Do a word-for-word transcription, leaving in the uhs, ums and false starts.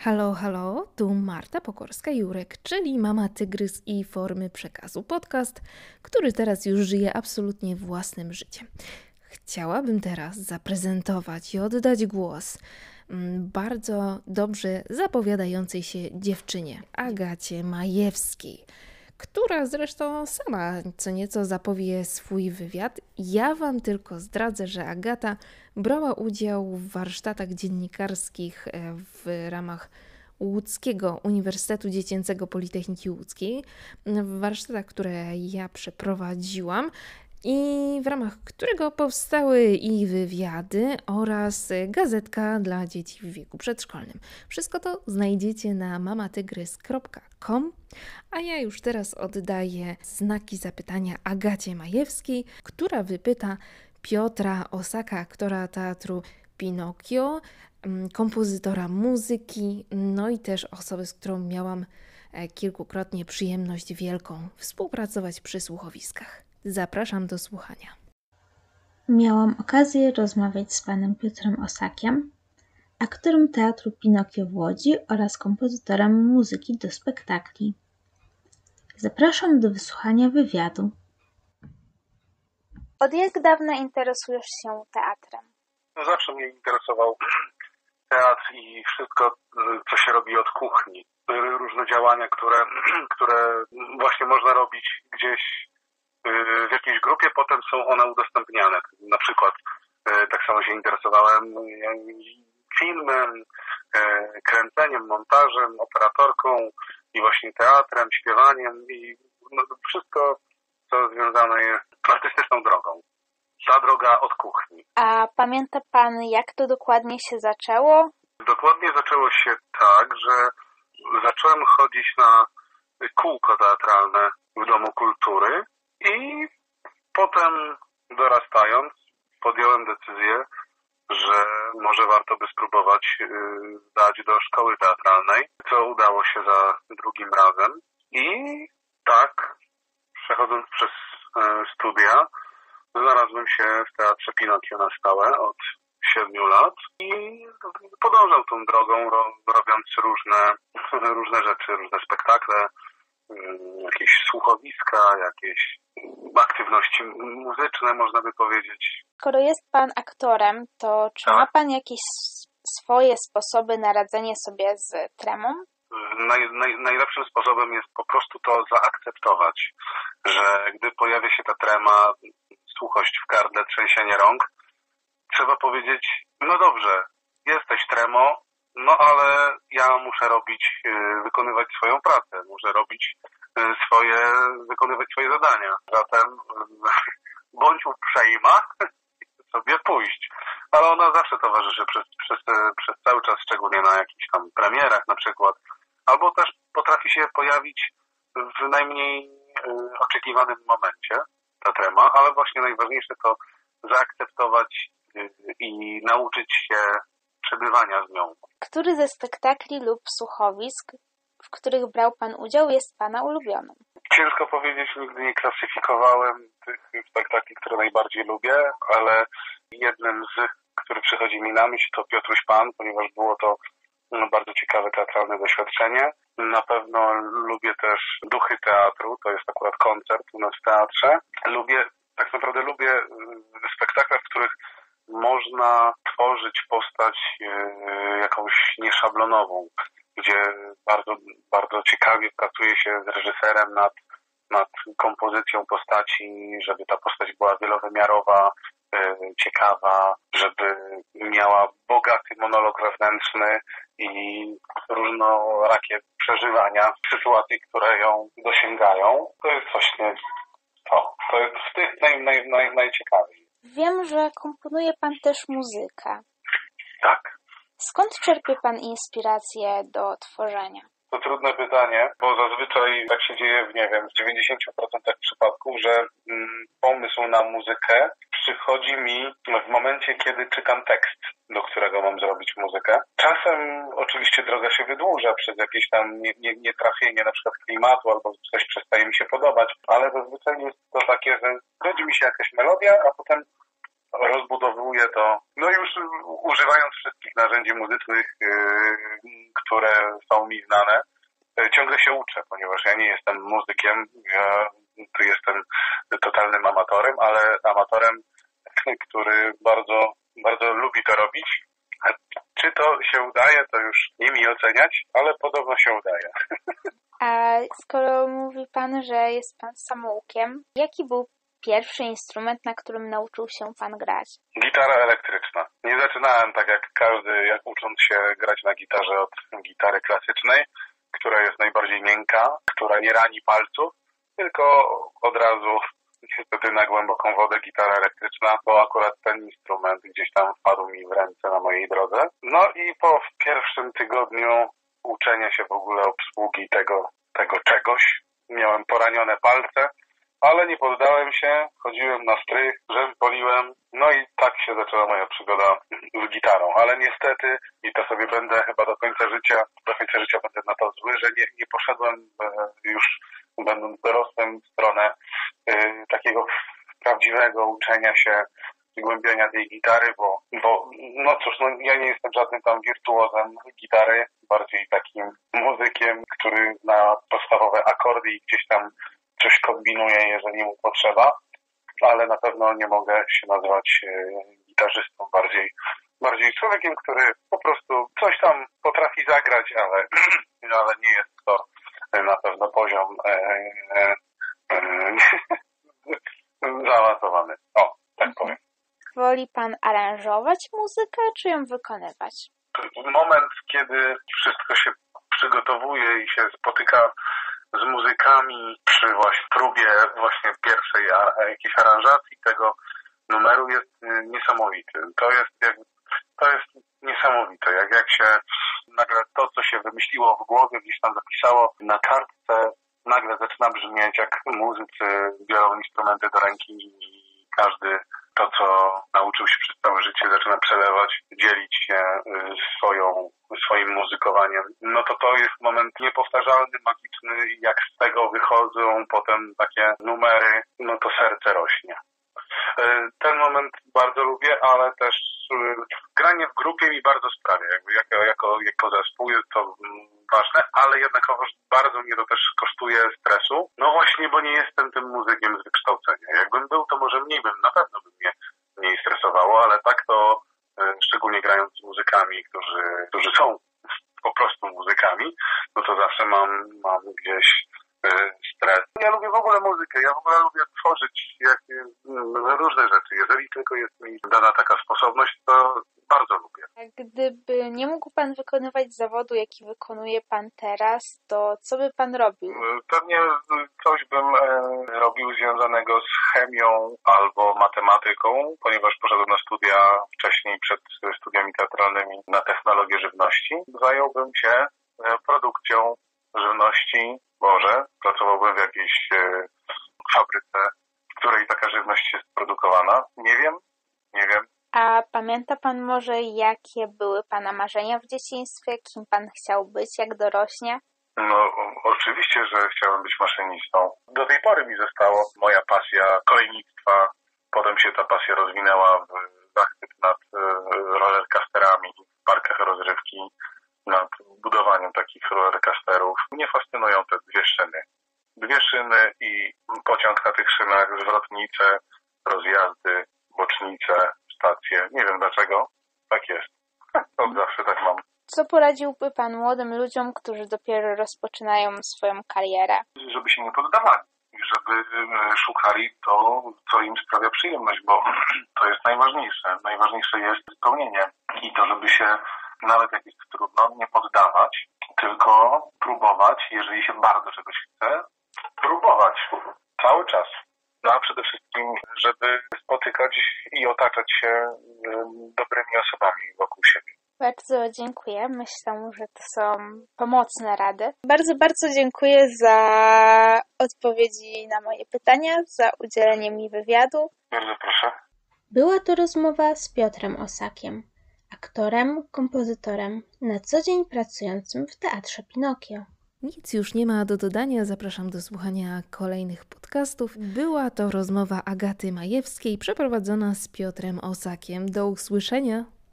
Halo, halo, tu Marta Pokorska-Jurek, czyli Mama Tygrys i Formy Przekazu podcast, który teraz już żyje absolutnie własnym życiem. Chciałabym teraz zaprezentować i oddać głos bardzo dobrze zapowiadającej się dziewczynie, Agacie Majewskiej, która zresztą sama co nieco zapowie swój wywiad. Ja Wam tylko zdradzę, że Agata brała udział w warsztatach dziennikarskich w ramach Łódzkiego Uniwersytetu Dziecięcego Politechniki Łódzkiej, w warsztatach, które ja przeprowadziłam i w ramach którego powstały i wywiady oraz gazetka dla dzieci w wieku przedszkolnym. Wszystko to znajdziecie na mamatygrys kropka com, a ja już teraz oddaję znaki zapytania Agacie Majewskiej, która wypyta Piotra Osaka, aktora teatru Pinokio, kompozytora muzyki, no i też osoby, z którą miałam kilkukrotnie przyjemność wielką współpracować przy słuchowiskach. Zapraszam do słuchania. Miałam okazję rozmawiać z panem Piotrem Osakiem, aktorem teatru Pinokio w Łodzi oraz kompozytorem muzyki do spektakli. Zapraszam do wysłuchania wywiadu. Od jak dawna interesujesz się teatrem? Zawsze mnie interesował teatr i wszystko, co się robi od kuchni. Różne działania, które, które właśnie można robić gdzieś w jakiejś grupie, potem są one udostępniane. Na przykład tak samo się interesowałem filmem, kręceniem, montażem, operatorką i właśnie teatrem, śpiewaniem i no, wszystko, co związane jest z artystyczną drogą. Ta droga od kuchni. A pamięta pan, jak to dokładnie się zaczęło? Dokładnie zaczęło się tak, że zacząłem chodzić na kółko teatralne w Domu Kultury i potem dorastając podjąłem decyzję, że może warto by spróbować zdać do szkoły teatralnej, co udało się za drugim razem. I tak, przechodząc przez studia, znalazłem się w Teatrze Pinokio na stałe od siedmiu lat i podążał tą drogą, robiąc różne, różne rzeczy, różne spektakle, jakieś słuchowiska, jakieś aktywności muzyczne, można by powiedzieć. Skoro jest pan aktorem, to czy tak. ma pan jakieś swoje sposoby na radzenie sobie z tremą? Naj, naj, najlepszym sposobem jest po prostu to zaakceptować, że gdy pojawia się ta trema, suchość w gardle, trzęsienie rąk, trzeba powiedzieć, no dobrze, jesteś tremo, no ale ja muszę robić, wykonywać swoją pracę, muszę robić swoje, wykonywać swoje zadania. Zatem bądź uprzejma sobie pójść. Ale ona zawsze towarzyszy przez, przez, przez cały czas, szczególnie na jakichś tam premierach na przykład. Albo też potrafi się pojawić w najmniej oczekiwanym momencie ta trema, ale właśnie najważniejsze to zaakceptować i nauczyć się przebywania z nią. Który ze spektakli lub słuchowisk, w których brał pan udział, jest pana ulubionym? Ciężko powiedzieć, nigdy nie klasyfikowałem tych spektakli, które najbardziej lubię, ale jednym z, który przychodzi mi na myśl, to Piotruś Pan, ponieważ było to no, bardzo ciekawe teatralne doświadczenie. Na pewno lubię też Duchy Teatru, to jest akurat koncert u nas w teatrze. Lubię, tak naprawdę lubię spektakle, w których można tworzyć postać jakąś nieszablonową, gdzie bardzo, bardzo ciekawie pracuje się z reżyserem nad, nad kompozycją postaci, żeby ta postać była wielowymiarowa, ciekawa, żeby miała bogaty monolog wewnętrzny i różnorakie przeżywania sytuacji, które ją dosięgają. To jest właśnie to. To jest w tych naj, naj, naj, najciekawiej. Wiem, że komponuje pan też muzykę. Tak. Skąd czerpie pan inspirację do tworzenia? To trudne pytanie, bo zazwyczaj tak się dzieje w, nie wiem, w dziewięćdziesięciu procentach przypadków, że mm, pomysł na muzykę przychodzi mi w momencie, kiedy czytam tekst, do którego mam zrobić muzykę. Czasem oczywiście droga się wydłuża przez jakieś tam nie, nie, nietrafienie na przykład klimatu albo coś przestaje mi się podobać, ale zazwyczaj jest to takie, że rodzi mi się jakaś melodia, a potem rozbudowuję to, no już używając wszystkich narzędzi muzycznych, które są mi znane, ciągle się uczę, ponieważ ja nie jestem muzykiem, ja tu jestem totalnym amatorem, ale amatorem, który bardzo, bardzo lubi to robić. Czy to się udaje, to już nie mi oceniać, ale podobno się udaje. A skoro mówi pan, że jest pan samoukiem, jaki był pierwszy instrument, na którym nauczył się pan grać? Gitara elektryczna. Nie zaczynałem tak jak każdy, jak ucząc się grać na gitarze od gitary klasycznej, która jest najbardziej miękka, która nie rani palców, tylko od razu niestety na głęboką wodę gitara elektryczna, bo akurat ten instrument gdzieś tam wpadł mi w ręce na mojej drodze. No i po pierwszym tygodniu uczenia się w ogóle obsługi tego, tego czegoś, miałem poranione palce, ale nie poddałem się, chodziłem na strych, rzępoliłem, no i tak się zaczęła moja przygoda z gitarą, ale niestety, i to sobie będę chyba do końca życia, do końca życia będę na to zły, że nie, nie poszedłem już będąc dorosłym w stronę y, takiego prawdziwego uczenia się, zgłębiania tej gitary, bo, bo no cóż, no ja nie jestem żadnym tam wirtuozem gitary, bardziej takim muzykiem, który zna podstawowe akordy i gdzieś tam coś kombinuje, jeżeli mu potrzeba, ale na pewno nie mogę się nazywać y, gitarzystą, bardziej, bardziej człowiekiem, który po prostu coś tam potrafi zagrać, ale, ale nie jest to na pewno poziom e, e, e, zaawansowany. O, tak powiem. Woli pan aranżować muzykę, czy ją wykonywać? Moment, kiedy wszystko się przygotowuje i się spotyka z muzykami przy właśnie próbie właśnie pierwszej a, jakiejś aranżacji tego numeru jest niesamowity. To jest jak, to jest niesamowite. Jak, jak się nagle to, co się wymyśliło w głowie, gdzieś tam zapisało na kartce, nagle zaczyna brzmieć, jak muzycy biorą instrumenty do ręki i każdy to, co nauczył się przez całe życie, zaczyna przelewać, dzielić się swoją, swoim muzykowaniem. No to to jest moment niepowtarzalny, magiczny. Jak z tego wychodzą potem takie numery, no to serce rośnie. Ten moment bardzo lubię, ale też granie w grupie mi bardzo sprawia. Jakby jako, jako, jako zespół jest to ważne, ale jednakowoż bardzo mnie to też kosztuje stresu. No właśnie, bo nie jestem tym muzykiem z wykształcenia. Jakbym był, to może mniej bym, na pewno by mnie mniej stresowało, ale tak to szczególnie grając z muzykami, którzy, którzy są po prostu muzykami, no to zawsze mam, mam gdzieś stres. Ja lubię w ogóle muzykę, ja w ogóle lubię tworzyć jak, różne rzeczy. Jeżeli tylko jest mi dana taka sposobność, to bardzo lubię. Gdyby nie mógł pan wykonywać zawodu, jaki wykonuje pan teraz, to co by pan robił? Pewnie coś bym robił związanego z chemią albo matematyką, ponieważ poszedłem na studia wcześniej przed studiami teatralnymi na technologię żywności. Zająłbym się produkcją żywności, może pracowałbym w jakiejś e, fabryce, w której taka żywność jest produkowana. Nie wiem, nie wiem. A pamięta pan może, jakie były pana marzenia w dzieciństwie? Kim pan chciał być, jak dorośnie? No, oczywiście, że chciałem być maszynistą. Do tej pory mi zostało moja pasja kolejnictwa. Potem się ta pasja rozwinęła w zachwyt nad e, rollercoasterami, w parkach rozrywki, nad budowaniem takich rollercoasterów. Mnie fascynują te dwie szyny. Dwie szyny i pociąg na tych szynach, zwrotnice, rozjazdy, bocznice, stacje. Nie wiem dlaczego. Tak jest. Od zawsze tak mam. Co poradziłby pan młodym ludziom, którzy dopiero rozpoczynają swoją karierę? Żeby się nie poddawali. Żeby szukali to, co im sprawia przyjemność, bo to jest najważniejsze. Najważniejsze jest spełnienie. I to, żeby się nawet jak jest trudno, nie poddawać, tylko próbować, jeżeli się bardzo czegoś chce, próbować cały czas. No a przede wszystkim, żeby spotykać i otaczać się dobrymi osobami wokół siebie. Bardzo dziękuję. Myślę, że to są pomocne rady. Bardzo, bardzo dziękuję za odpowiedzi na moje pytania, za udzielenie mi wywiadu. Bardzo proszę. Była to rozmowa z Piotrem Osakiem, aktorem, kompozytorem, na co dzień pracującym w Teatrze Pinokio. Nic już nie ma do dodania. Zapraszam do słuchania kolejnych podcastów. podcastów. Była to rozmowa Agaty Majewskiej przeprowadzona z Piotrem Osakiem. Do usłyszenia!